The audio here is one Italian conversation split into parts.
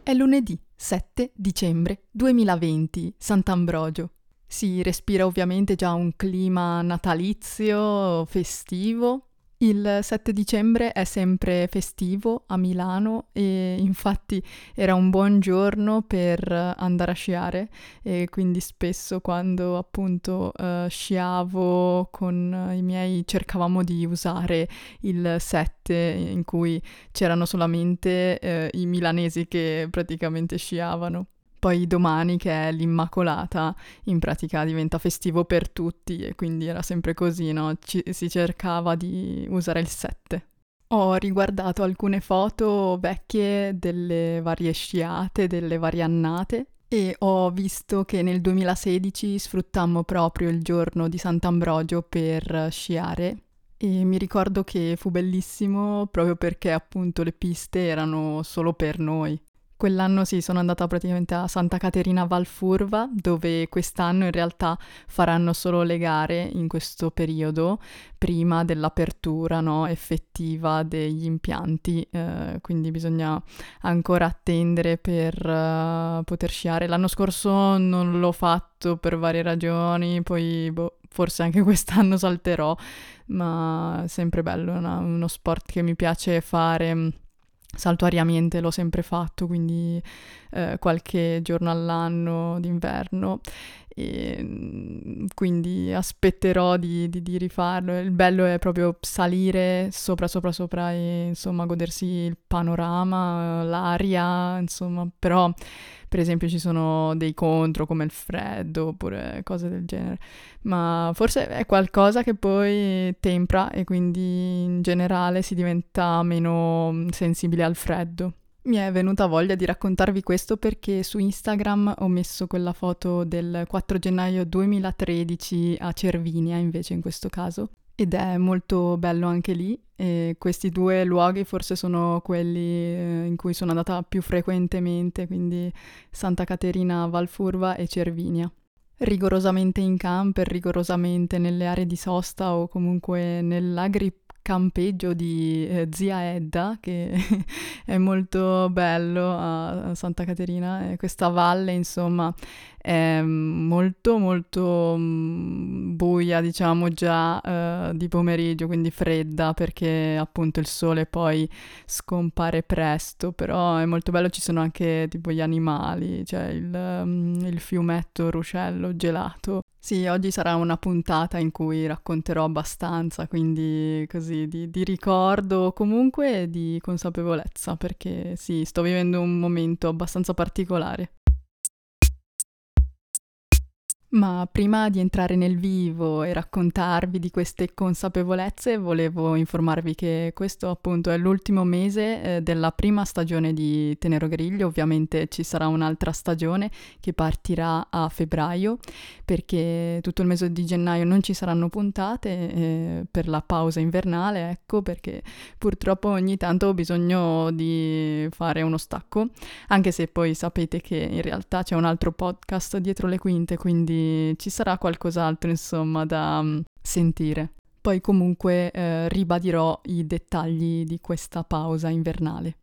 È lunedì 7 dicembre 2020, Sant'Ambrogio. Si respira ovviamente già un clima natalizio, festivo. Il 7 dicembre è sempre festivo a Milano e infatti era un buon giorno per andare a sciare e quindi spesso quando appunto sciavo con i miei cercavamo di usare il 7 in cui c'erano solamente i milanesi che praticamente sciavano. Poi domani, che è l'Immacolata, in pratica diventa festivo per tutti e quindi era sempre così, no? Si cercava di usare il 7. Ho riguardato alcune foto vecchie delle varie sciate, delle varie annate e ho visto che nel 2016 sfruttammo proprio il giorno di Sant'Ambrogio per sciare e mi ricordo che fu bellissimo proprio perché appunto le piste erano solo per noi. Quell'anno sì, sono andata praticamente a Santa Caterina Valfurva, dove quest'anno in realtà faranno solo le gare in questo periodo, prima dell'apertura, no, effettiva degli impianti, quindi bisogna ancora attendere per poter sciare. L'anno scorso non l'ho fatto per varie ragioni, poi forse anche quest'anno salterò, ma è sempre bello, è uno sport che mi piace fare. Saltuariamente l'ho sempre fatto, quindi qualche giorno all'anno d'inverno e quindi aspetterò di rifarlo. Il bello è proprio salire sopra e insomma godersi il panorama, l'aria, insomma, però per esempio ci sono dei contro come il freddo oppure cose del genere, ma forse è qualcosa che poi tempra e quindi in generale si diventa meno sensibile al freddo. Mi è venuta voglia di raccontarvi questo perché su Instagram ho messo quella foto del 4 gennaio 2013 a Cervinia, invece in questo caso, ed è molto bello anche lì. E questi due luoghi forse sono quelli in cui sono andata più frequentemente, quindi Santa Caterina Valfurva e Cervinia. Rigorosamente in camper, rigorosamente nelle aree di sosta o comunque nell'agricampeggio di zia Edda, che è molto bello a Santa Caterina, e questa valle insomma è molto molto buia, diciamo già di pomeriggio, quindi fredda perché appunto il sole poi scompare presto, però è molto bello, ci sono anche tipo gli animali, cioè il fiumetto Ruscello gelato. Sì, oggi sarà una puntata in cui racconterò abbastanza, quindi così di ricordo, comunque di consapevolezza, perché sì, sto vivendo un momento abbastanza particolare. Ma prima di entrare nel vivo e raccontarvi di queste consapevolezze, volevo informarvi che questo appunto è l'ultimo mese della prima stagione di Tenero Griglio. Ovviamente ci sarà un'altra stagione che partirà a febbraio, perché tutto il mese di gennaio non ci saranno puntate per la pausa invernale, ecco, perché purtroppo ogni tanto ho bisogno di fare uno stacco, anche se poi sapete che in realtà c'è un altro podcast dietro le quinte, quindi ci sarà qualcos'altro insomma da sentire. Poi comunque ribadirò i dettagli di questa pausa invernale.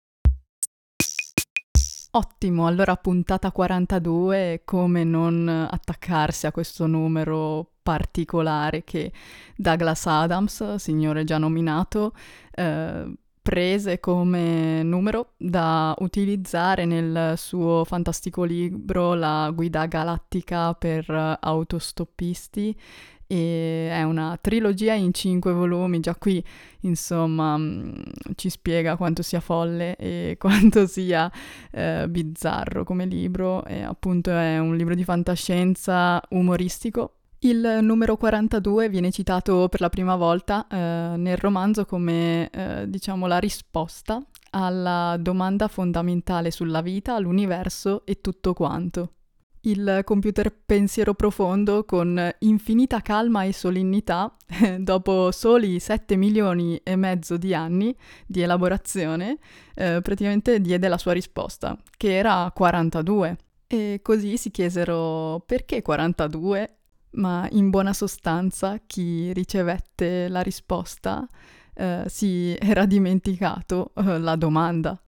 Ottimo, allora puntata 42, come non attaccarsi a questo numero particolare che Douglas Adams, signore già nominato, prese come numero da utilizzare nel suo fantastico libro La guida galattica per autostoppisti, e è una trilogia in 5 volumi. Già qui insomma ci spiega quanto sia folle e quanto sia bizzarro come libro, e appunto è un libro di fantascienza umoristico. Il numero 42 viene citato per la prima volta nel romanzo come, diciamo, la risposta alla domanda fondamentale sulla vita, l'universo e tutto quanto. Il computer pensiero profondo, con infinita calma e solennità, dopo soli 7 milioni e mezzo di anni di elaborazione, praticamente diede la sua risposta, che era 42. E così si chiesero perché 42? Ma in buona sostanza chi ricevette la risposta si era dimenticato la domanda.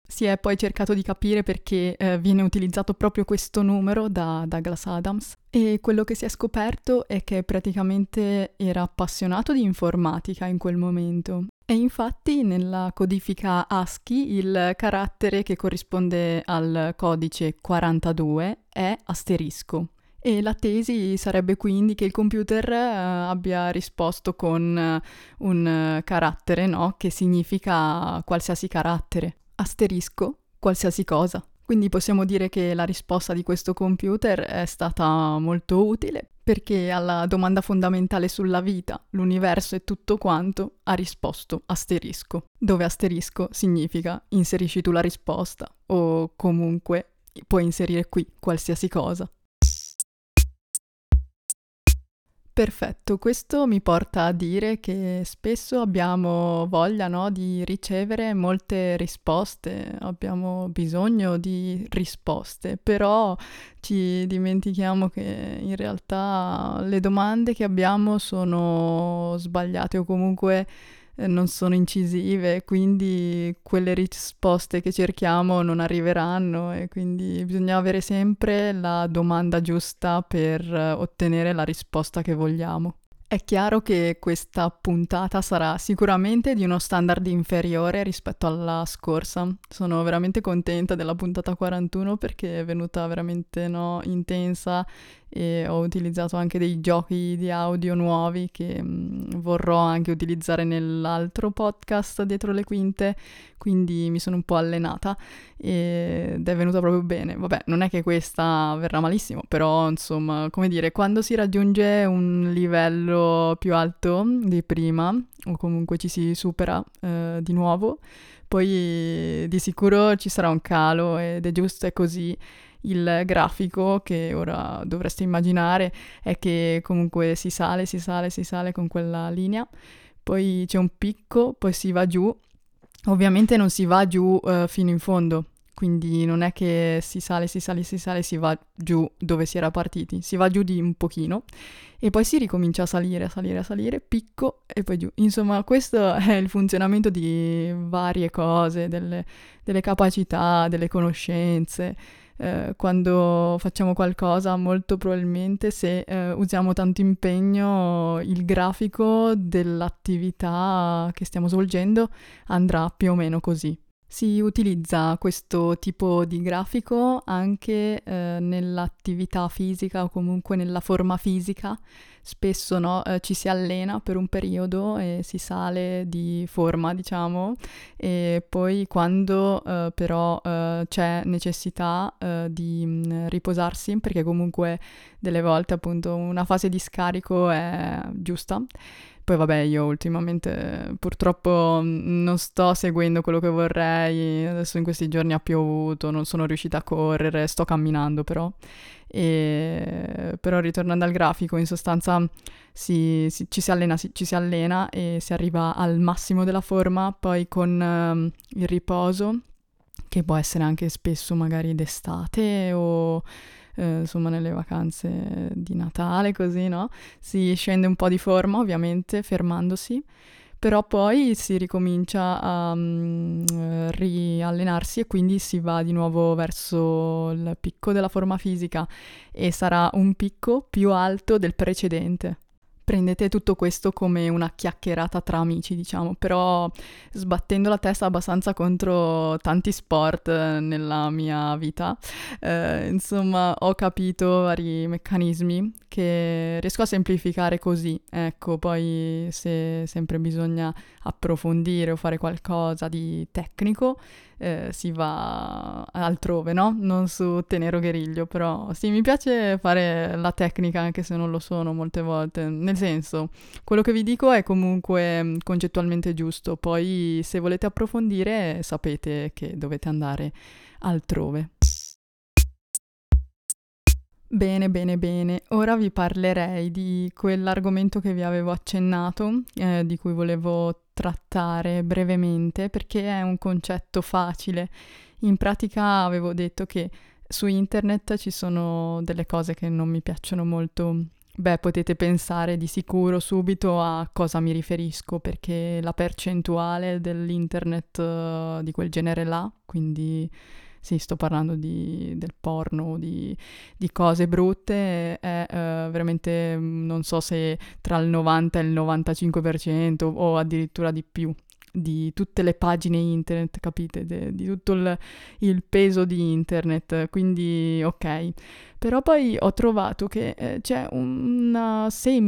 Si è poi cercato di capire perché viene utilizzato proprio questo numero da Douglas Adams e quello che si è scoperto è che praticamente era appassionato di informatica in quel momento. E infatti nella codifica ASCII il carattere che corrisponde al codice 42 è asterisco. E la tesi sarebbe quindi che il computer abbia risposto con un carattere, no? Che significa qualsiasi carattere. Asterisco, qualsiasi cosa. Quindi possiamo dire che la risposta di questo computer è stata molto utile perché alla domanda fondamentale sulla vita, l'universo e tutto quanto ha risposto asterisco, dove asterisco significa inserisci tu la risposta o comunque puoi inserire qui qualsiasi cosa. Perfetto, questo mi porta a dire che spesso abbiamo voglia, no, di ricevere molte risposte, abbiamo bisogno di risposte, però ci dimentichiamo che in realtà le domande che abbiamo sono sbagliate o comunque non sono incisive, quindi quelle risposte che cerchiamo non arriveranno e quindi bisogna avere sempre la domanda giusta per ottenere la risposta che vogliamo. È chiaro che questa puntata sarà sicuramente di uno standard inferiore rispetto alla scorsa. Sono veramente contenta della puntata 41 perché è venuta veramente intensa e ho utilizzato anche dei giochi di audio nuovi che vorrò anche utilizzare nell'altro podcast dietro le quinte, quindi mi sono un po' allenata ed è venuta proprio bene. Vabbè, non è che questa verrà malissimo, però insomma, come dire, quando si raggiunge un livello più alto di prima, o comunque ci si supera di nuovo, poi di sicuro ci sarà un calo ed è giusto, è così. Il grafico che ora dovreste immaginare è che comunque si sale, si sale, si sale con quella linea, poi c'è un picco, poi si va giù. Ovviamente non si va giù fino in fondo, quindi non è che si sale, si sale, si sale, si va giù dove si era partiti, si va giù di un pochino e poi si ricomincia a salire, a salire, a salire, picco e poi giù. Insomma, questo è il funzionamento di varie cose, delle capacità, delle conoscenze. Quando facciamo qualcosa, molto probabilmente se usiamo tanto impegno, il grafico dell'attività che stiamo svolgendo andrà più o meno così. Si utilizza questo tipo di grafico anche nell'attività fisica o comunque nella forma fisica. Spesso ci si allena per un periodo e si sale di forma, diciamo, e poi quando però c'è necessità di riposarsi, perché comunque delle volte appunto una fase di scarico è giusta. Poi vabbè, io ultimamente purtroppo non sto seguendo quello che vorrei, adesso in questi giorni ha piovuto, non sono riuscita a correre, sto camminando però. Però ritornando al grafico, in sostanza ci si allena e si arriva al massimo della forma, poi con il riposo, che può essere anche spesso magari d'estate o insomma nelle vacanze di Natale, così, no? Si scende un po' di forma, ovviamente, fermandosi, però poi si ricomincia a riallenarsi e quindi si va di nuovo verso il picco della forma fisica e sarà un picco più alto del precedente. Prendete tutto questo come una chiacchierata tra amici, diciamo, però sbattendo la testa abbastanza contro tanti sport nella mia vita, insomma, ho capito vari meccanismi che riesco a semplificare così. Ecco, poi se sempre bisogna approfondire o fare qualcosa di tecnico, si va altrove, no? Non su Tenero Gueriglio, però sì, mi piace fare la tecnica anche se non lo sono molte volte, nel senso, quello che vi dico è comunque concettualmente giusto, poi se volete approfondire sapete che dovete andare altrove. Bene, bene, bene. Ora vi parlerei di quell'argomento che vi avevo accennato, di cui volevo trattare brevemente, perché è un concetto facile. In pratica avevo detto che su internet ci sono delle cose che non mi piacciono molto Beh, potete pensare di sicuro subito a cosa mi riferisco, perché la percentuale dell'internet di quel genere là, quindi sì, sto parlando del porno, di cose brutte, è veramente, non so se tra il 90 e il 95% o addirittura di più di tutte le pagine internet, capite? Di tutto il peso di internet, quindi ok. Però poi ho trovato che c'è una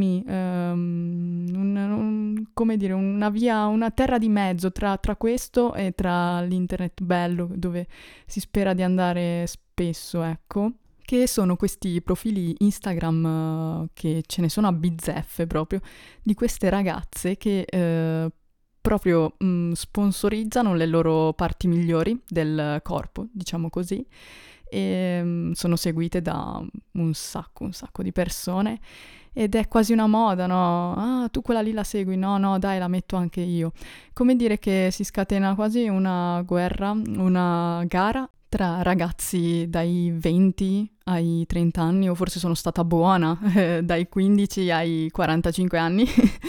come dire, una via, una terra di mezzo tra questo e tra l'internet bello, dove si spera di andare spesso, ecco. Che sono questi profili Instagram che ce ne sono a bizzeffe proprio, di queste ragazze che proprio sponsorizzano le loro parti migliori del corpo, diciamo così, e sono seguite da un sacco di persone ed è quasi una moda, no? Ah, tu quella lì la segui? No, no, dai, la metto anche io. Come dire che si scatena quasi una guerra, una gara tra ragazzi dai 20 ai 30 anni, o forse sono stata buona, dai 15 ai 45 anni,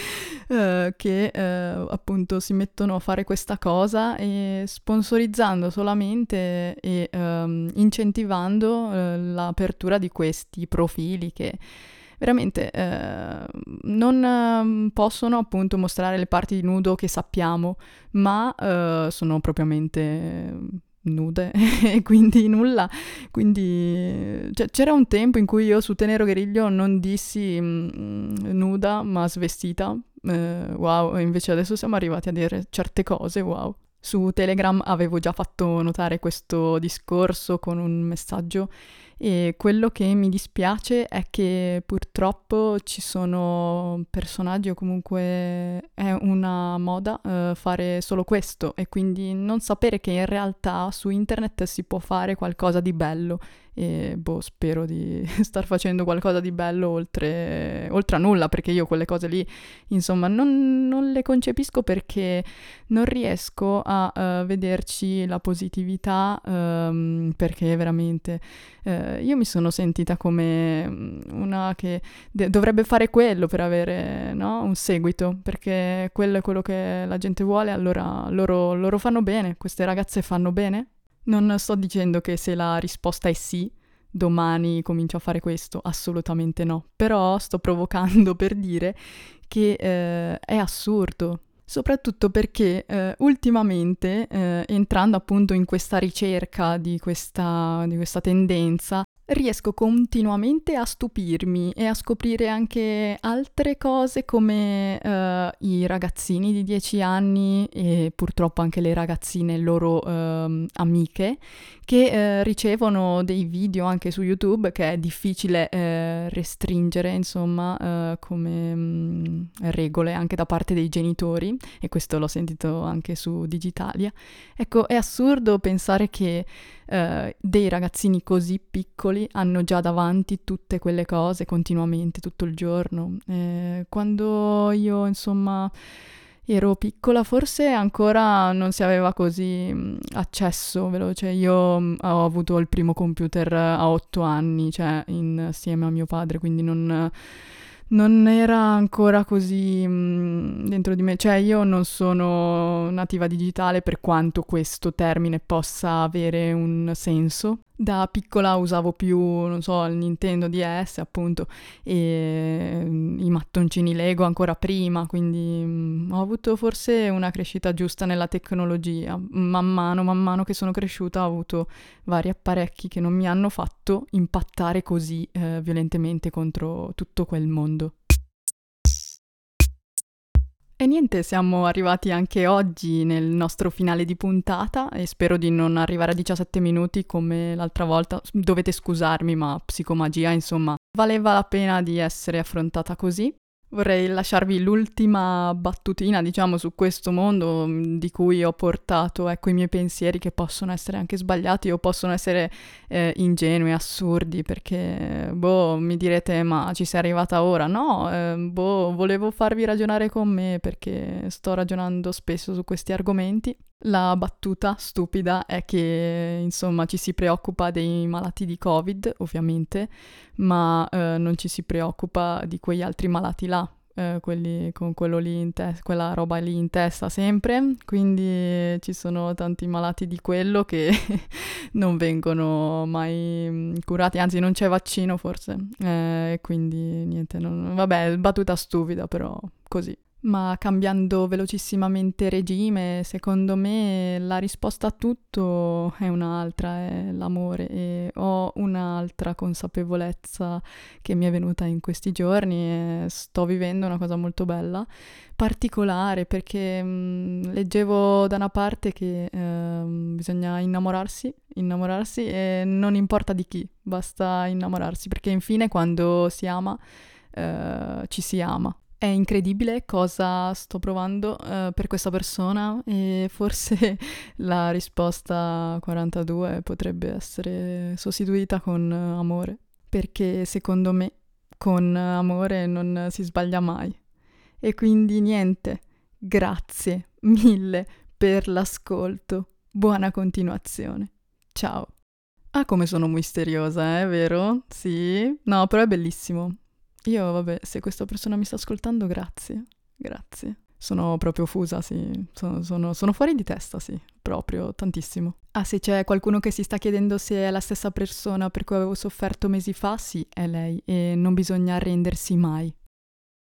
che appunto si mettono a fare questa cosa e sponsorizzando solamente e incentivando l'apertura di questi profili che veramente non possono appunto mostrare le parti di nudo che sappiamo, ma sono propriamente nude e quindi nulla. Quindi cioè, c'era un tempo in cui io su Tenero Gueriglio non dissi nuda ma svestita, wow, e invece adesso siamo arrivati a dire certe cose, wow. Su Telegram avevo già fatto notare questo discorso con un messaggio e quello che mi dispiace è che purtroppo ci sono personaggi o comunque è una moda fare solo questo e quindi non sapere che in realtà su internet si può fare qualcosa di bello e boh, spero di star facendo qualcosa di bello oltre a nulla, perché io quelle cose lì insomma non le concepisco perché non riesco a vederci la positività perché veramente io mi sono sentita come una che dovrebbe fare quello per avere, no, un seguito, perché quello è quello che la gente vuole, allora loro fanno bene, queste ragazze fanno bene. Non sto dicendo che se la risposta è sì, domani comincio a fare questo, assolutamente no, però sto provocando per dire che è assurdo. Soprattutto perché ultimamente, entrando appunto in questa ricerca di questa tendenza, riesco continuamente a stupirmi e a scoprire anche altre cose come i ragazzini di 10 anni e purtroppo anche le ragazzine loro amiche che ricevono dei video anche su YouTube che è difficile restringere, insomma, come regole anche da parte dei genitori, e questo l'ho sentito anche su Digitalia. Ecco, è assurdo pensare che dei ragazzini così piccoli hanno già davanti tutte quelle cose continuamente, tutto il giorno. Quando io, insomma, ero piccola forse ancora non si aveva così accesso veloce. Io ho avuto il primo computer a 8 anni, cioè insieme a mio padre, quindi non era ancora così dentro di me. Cioè io non sono nativa digitale per quanto questo termine possa avere un senso. Da piccola usavo più, non so, il Nintendo DS appunto e i mattoncini Lego ancora prima, quindi ho avuto forse una crescita giusta nella tecnologia. Man mano che sono cresciuta ho avuto vari apparecchi che non mi hanno fatto impattare così violentemente contro tutto quel mondo. E niente, siamo arrivati anche oggi nel nostro finale di puntata e spero di non arrivare a 17 minuti come l'altra volta. Dovete scusarmi, ma psicomagia, insomma, valeva la pena di essere affrontata così. Vorrei lasciarvi l'ultima battutina, diciamo, su questo mondo di cui ho portato, ecco, i miei pensieri che possono essere anche sbagliati o possono essere ingenui, assurdi, perché, mi direte, ma ci sei arrivata ora? No, volevo farvi ragionare con me perché sto ragionando spesso su questi argomenti. La battuta stupida è che, insomma, ci si preoccupa dei malati di Covid, ovviamente, ma non ci si preoccupa di quegli altri malati là, quelli con quello lì quella roba lì in testa sempre, quindi ci sono tanti malati di quello che non vengono mai curati, anzi non c'è vaccino forse, e quindi niente, vabbè, battuta stupida però così. Ma cambiando velocissimamente regime, secondo me la risposta a tutto è un'altra, è l'amore, e ho un'altra consapevolezza che mi è venuta in questi giorni e sto vivendo una cosa molto bella, particolare perché leggevo da una parte che bisogna innamorarsi e non importa di chi, basta innamorarsi perché infine quando si ama ci si ama. È incredibile cosa sto provando per questa persona e forse la risposta 42 potrebbe essere sostituita con amore, perché secondo me con amore non si sbaglia mai. E quindi niente, grazie mille per l'ascolto. Buona continuazione. Ciao. Ah, come sono misteriosa, vero? Sì? No, però è bellissimo. Io, vabbè, se questa persona mi sta ascoltando, grazie. Grazie. Sono proprio fusa, sì. Sono fuori di testa, sì. Proprio, tantissimo. Ah, se c'è qualcuno che si sta chiedendo se è la stessa persona per cui avevo sofferto mesi fa, sì, è lei. E non bisogna arrendersi mai.